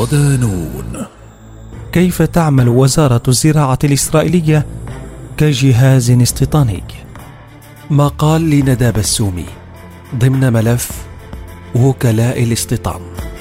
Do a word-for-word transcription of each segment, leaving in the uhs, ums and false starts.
صدانون. كيف تعمل وزارة الزراعة الإسرائيلية كجهاز استيطاني؟ مقال لندى بسومي ضمن ملف وكلاء الاستيطان.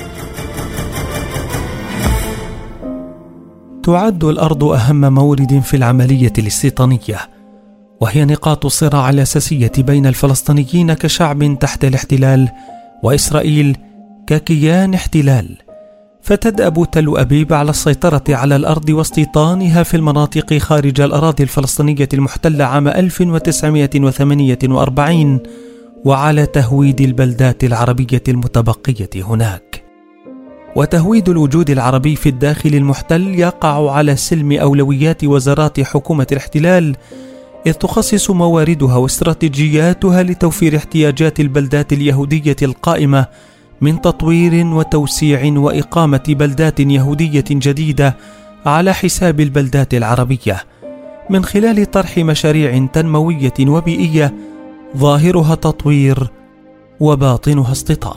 تعد الأرض أهم مورد في العملية الاستيطانية، وهي نقاط الصراع الأساسية بين الفلسطينيين كشعب تحت الاحتلال وإسرائيل ككيان احتلال. فتدأب تل أبيب على السيطرة على الأرض واستيطانها في المناطق خارج الأراضي الفلسطينية المحتلة عام ألف وتسعمائة وثمانية وأربعين، وعلى تهويد البلدات العربية المتبقية هناك. وتهويد الوجود العربي في الداخل المحتل يقع على سلم أولويات وزارات حكومة الاحتلال، إذ تخصص مواردها واستراتيجياتها لتوفير احتياجات البلدات اليهودية القائمة من تطوير وتوسيع وإقامة بلدات يهودية جديدة على حساب البلدات العربية، من خلال طرح مشاريع تنموية وبيئية ظاهرها تطوير وباطنها استيطان.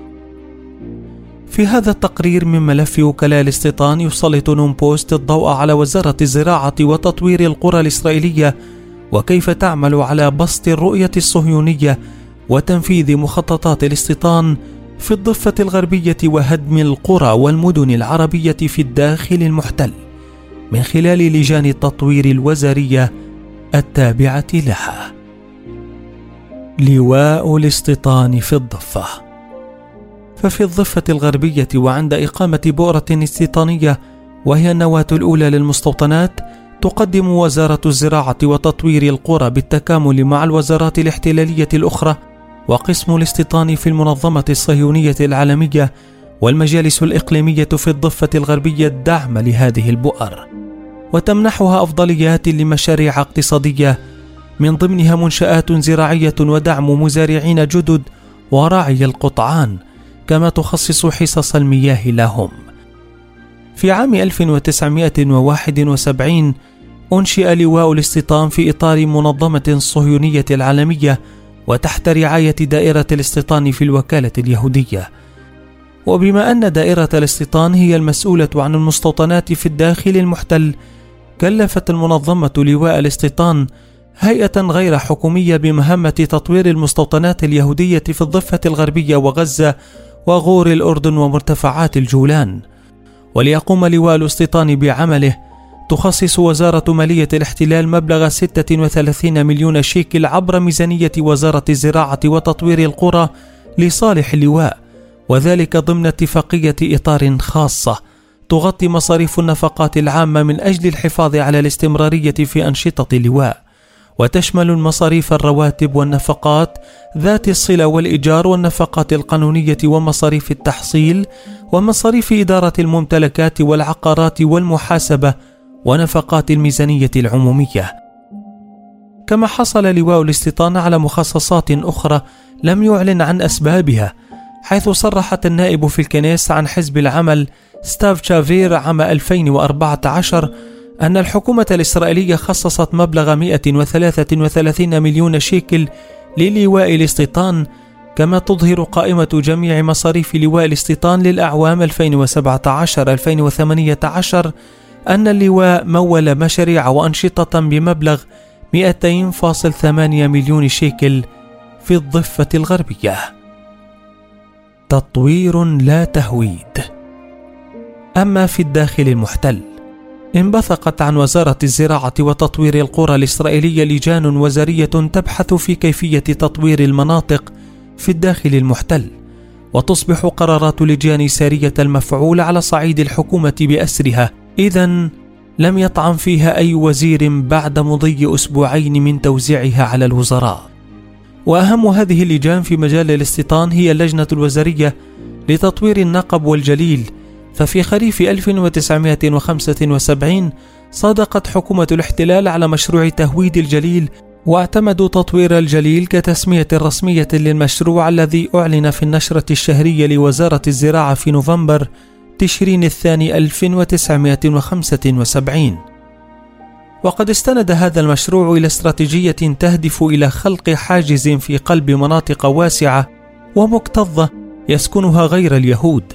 في هذا التقرير من ملف وكلاء الاستيطان يسلط نون بوست الضوء على وزارة الزراعة وتطوير القرى الإسرائيلية، وكيف تعمل على بسط الرؤية الصهيونية وتنفيذ مخططات الاستيطان في الضفة الغربية وهدم القرى والمدن العربية في الداخل المحتل من خلال لجان التطوير الوزارية التابعة لها. لواء الاستيطان في الضفة. ففي الضفة الغربية وعند إقامة بؤرة استيطانية وهي النواة الأولى للمستوطنات، تقدم وزارة الزراعة وتطوير القرى بالتكامل مع الوزارات الاحتلالية الأخرى وقسم الاستيطان في المنظمة الصهيونية العالمية والمجالس الإقليمية في الضفة الغربية الدعم لهذه البؤر، وتمنحها أفضليات لمشاريع اقتصادية من ضمنها منشآت زراعية ودعم مزارعين جدد وراعي القطعان، كما تخصص حصص المياه لهم. في عام ألف وتسعمائة وواحد وسبعين أنشئ لواء الاستيطان في إطار منظمة صهيونية العالمية وتحت رعاية دائرة الاستيطان في الوكالة اليهودية. وبما أن دائرة الاستيطان هي المسؤولة عن المستوطنات في الداخل المحتل، كلفت المنظمة لواء الاستيطان هيئة غير حكومية بمهمة تطوير المستوطنات اليهودية في الضفة الغربية وغزة وغور الأردن ومرتفعات الجولان. وليقوم لواء الاستيطان بعمله، تخصص وزارة مالية الاحتلال مبلغ ستة وثلاثين مليون شيكل عبر ميزانية وزارة الزراعة وتطوير القرى لصالح اللواء، وذلك ضمن اتفاقية إطار خاصة تغطي مصاريف النفقات العامة من أجل الحفاظ على الاستمرارية في أنشطة اللواء، وتشمل المصاريف الرواتب والنفقات ذات الصلة والإيجار والنفقات القانونية ومصاريف التحصيل ومصاريف إدارة الممتلكات والعقارات والمحاسبة ونفقات الميزانية العمومية. كما حصل لواء الاستيطان على مخصصات أخرى لم يعلن عن أسبابها، حيث صرحت النائب في الكنيس عن حزب العمل ستاف شافير عام ألفين وأربعة عشر أن الحكومة الإسرائيلية خصصت مبلغ مئة وثلاثة وثلاثين مليون شيكل للواء الاستيطان، كما تظهر قائمة جميع مصاريف لواء الاستيطان للأعوام ألفين وسبعة عشر ألفين وثمانية عشر أن اللواء مول مشاريع وأنشطة بمبلغ مئتين فاصلة ثمانية مليون شيكل في الضفة الغربية. تطوير لا تهويد. أما في الداخل المحتل، انبثقت عن وزارة الزراعة وتطوير القرى الإسرائيلية لجان وزارية تبحث في كيفية تطوير المناطق في الداخل المحتل، وتصبح قرارات لجان سارية المفعول على صعيد الحكومة بأسرها، إذن لم يطعن فيها أي وزير بعد مضي أسبوعين من توزيعها على الوزراء. وأهم هذه اللجان في مجال الاستيطان هي اللجنة الوزارية لتطوير النقب والجليل. ففي خريف ألف وتسعمائة وخمسة وسبعين صادقت حكومة الاحتلال على مشروع تهويد الجليل، واعتمدوا تطوير الجليل كتسمية رسمية للمشروع الذي أعلن في النشرة الشهرية لوزارة الزراعة في نوفمبر تشرين الثاني ألف وتسعمائة وخمسة وسبعين. وقد استند هذا المشروع إلى استراتيجية تهدف إلى خلق حاجز في قلب مناطق واسعة ومكتظة يسكنها غير اليهود،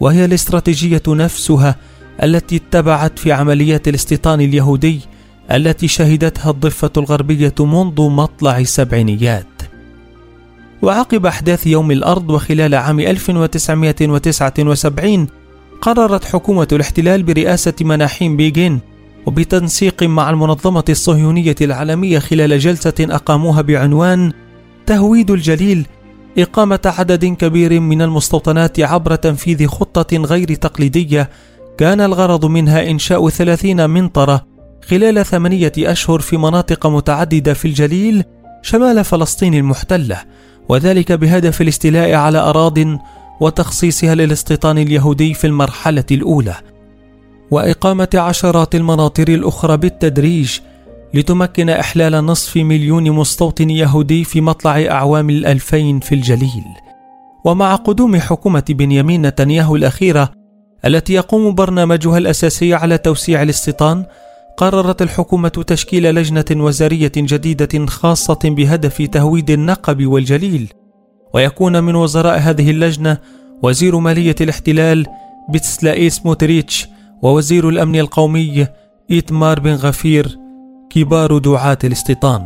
وهي الاستراتيجية نفسها التي اتبعت في عمليات الاستيطان اليهودي التي شهدتها الضفة الغربية منذ مطلع السبعينيات. وعقب أحداث يوم الأرض وخلال عام ألف وتسعمائة وتسعة وسبعين قررت حكومة الاحتلال برئاسة مناحيم بيغين وبتنسيق مع المنظمة الصهيونية العالمية خلال جلسة أقاموها بعنوان تهويد الجليل إقامة عدد كبير من المستوطنات عبر تنفيذ خطة غير تقليدية كان الغرض منها إنشاء ثلاثين منطرة خلال ثمانية أشهر في مناطق متعددة في الجليل شمال فلسطين المحتلة، وذلك بهدف الاستيلاء على أراضٍ وتخصيصها للاستيطان اليهودي في المرحلة الأولى، وإقامة عشرات المناطر الأخرى بالتدريج لتمكن إحلال نصف مليون مستوطن يهودي في مطلع أعوام الألفين في الجليل. ومع قدوم حكومة بنيامين نتنياهو الأخيرة التي يقوم برنامجها الأساسي على توسيع الاستيطان، قررت الحكومة تشكيل لجنة وزارية جديدة خاصة بهدف تهويد النقب والجليل، ويكون من وزراء هذه اللجنة وزير مالية الاحتلال بتسلائي سموتريتش ووزير الأمن القومي إيتمار بن غفير، كبار دعاة الاستيطان.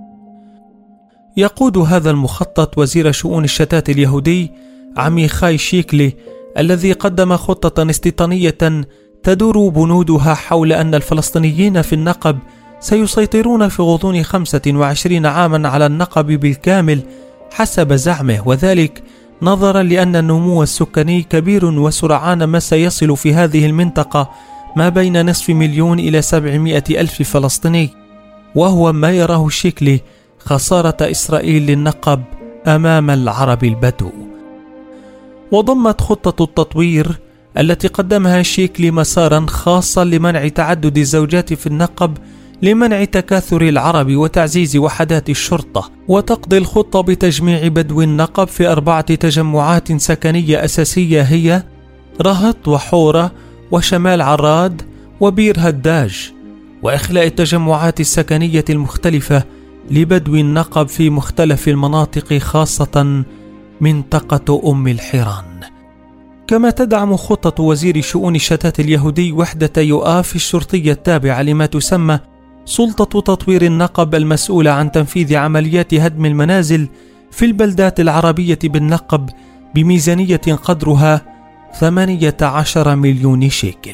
يقود هذا المخطط وزير شؤون الشتات اليهودي عميخاي شيكلي، الذي قدم خطة استيطانية تدور بنودها حول أن الفلسطينيين في النقب سيسيطرون في غضون خمسة وعشرين عاما على النقب بالكامل حسب زعمه، وذلك نظرا لأن النمو السكاني كبير وسرعان ما سيصل في هذه المنطقة ما بين نصف مليون إلى سبعمائة ألف فلسطيني، وهو ما يراه الشكل خسارة إسرائيل للنقب أمام العرب البدو. وضمت خطة التطوير التي قدمها الشيكلي مسارا خاصا لمنع تعدد الزوجات في النقب لمنع تكاثر العرب وتعزيز وحدات الشرطة، وتقضي الخطة بتجميع بدو النقب في أربعة تجمعات سكنية أساسية هي رهط وحورة وشمال عراد وبير هداج، وإخلاء التجمعات السكنية المختلفة لبدو النقب في مختلف المناطق خاصة منطقة أم الحيران. كما تدعم خطة وزير شؤون الشتات اليهودي وحدة يؤاف الشرطية التابعة لما تسمى سلطة تطوير النقب المسؤولة عن تنفيذ عمليات هدم المنازل في البلدات العربية بالنقب بميزانية قدرها ثمانية عشر مليون شيكل.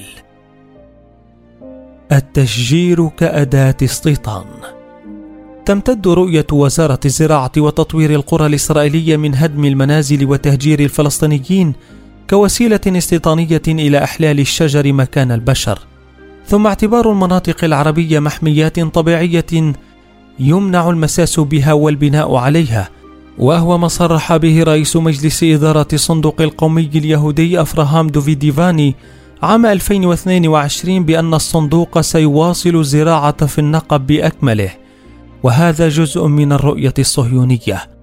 التشجير كأداة استيطان. تمتد رؤية وزارة الزراعة وتطوير القرى الإسرائيلية من هدم المنازل وتهجير الفلسطينيين كوسيلة استيطانية إلى إحلال الشجر مكان البشر، ثم اعتبار المناطق العربية محميات طبيعية يمنع المساس بها والبناء عليها، وهو ما صرح به رئيس مجلس إدارة الصندوق القومي اليهودي أفراهام دوفيديفاني عام ألفين واثنين وعشرين بأن الصندوق سيواصل الزراعة في النقب بأكمله، وهذا جزء من الرؤية الصهيونية.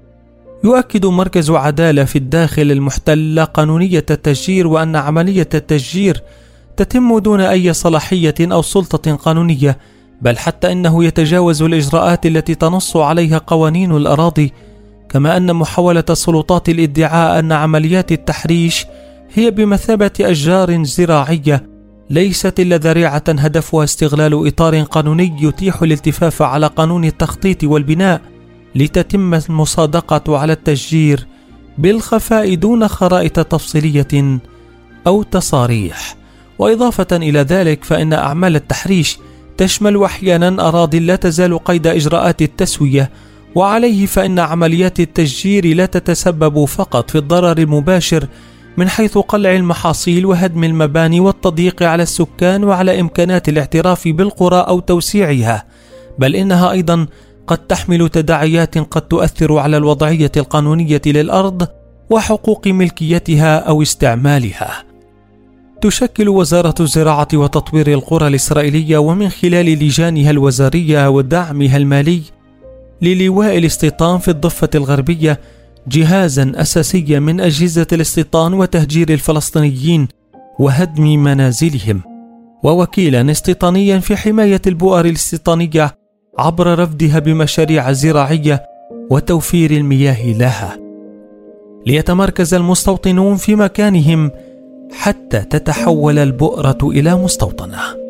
يؤكد مركز عدالة في الداخل المحتل قانونية التشجير، وأن عملية التشجير تتم دون أي صلاحية أو سلطة قانونية، بل حتى إنه يتجاوز الإجراءات التي تنص عليها قوانين الأراضي، كما أن محاولة السلطات الادعاء أن عمليات التحريش هي بمثابة أشجار زراعية ليست إلا ذريعة هدفها استغلال إطار قانوني يتيح الالتفاف على قانون التخطيط والبناء لتتم المصادقة على التشجير بالخفاء دون خرائط تفصيلية أو تصاريح. وإضافة إلى ذلك فإن أعمال التحريش تشمل أحيانا أراضي لا تزال قيد إجراءات التسوية، وعليه فإن عمليات التشجير لا تتسبب فقط في الضرر المباشر من حيث قلع المحاصيل وهدم المباني والتضييق على السكان وعلى إمكانات الاعتراف بالقرى أو توسيعها، بل إنها أيضا قد تحمل تداعيات قد تؤثر على الوضعية القانونية للأرض وحقوق ملكيتها أو استعمالها. تشكل وزارة الزراعة وتطوير القرى الإسرائيلية ومن خلال لجانها الوزارية ودعمها المالي للواء الاستيطان في الضفة الغربية جهازا أساسيا من أجهزة الاستيطان وتهجير الفلسطينيين وهدم منازلهم، ووكيلا استيطانيا في حماية البؤر الاستيطانية عبر رفدها بمشاريع زراعية وتوفير المياه لها، ليتمركز المستوطنون في مكانهم حتى تتحول البؤرة إلى مستوطنة.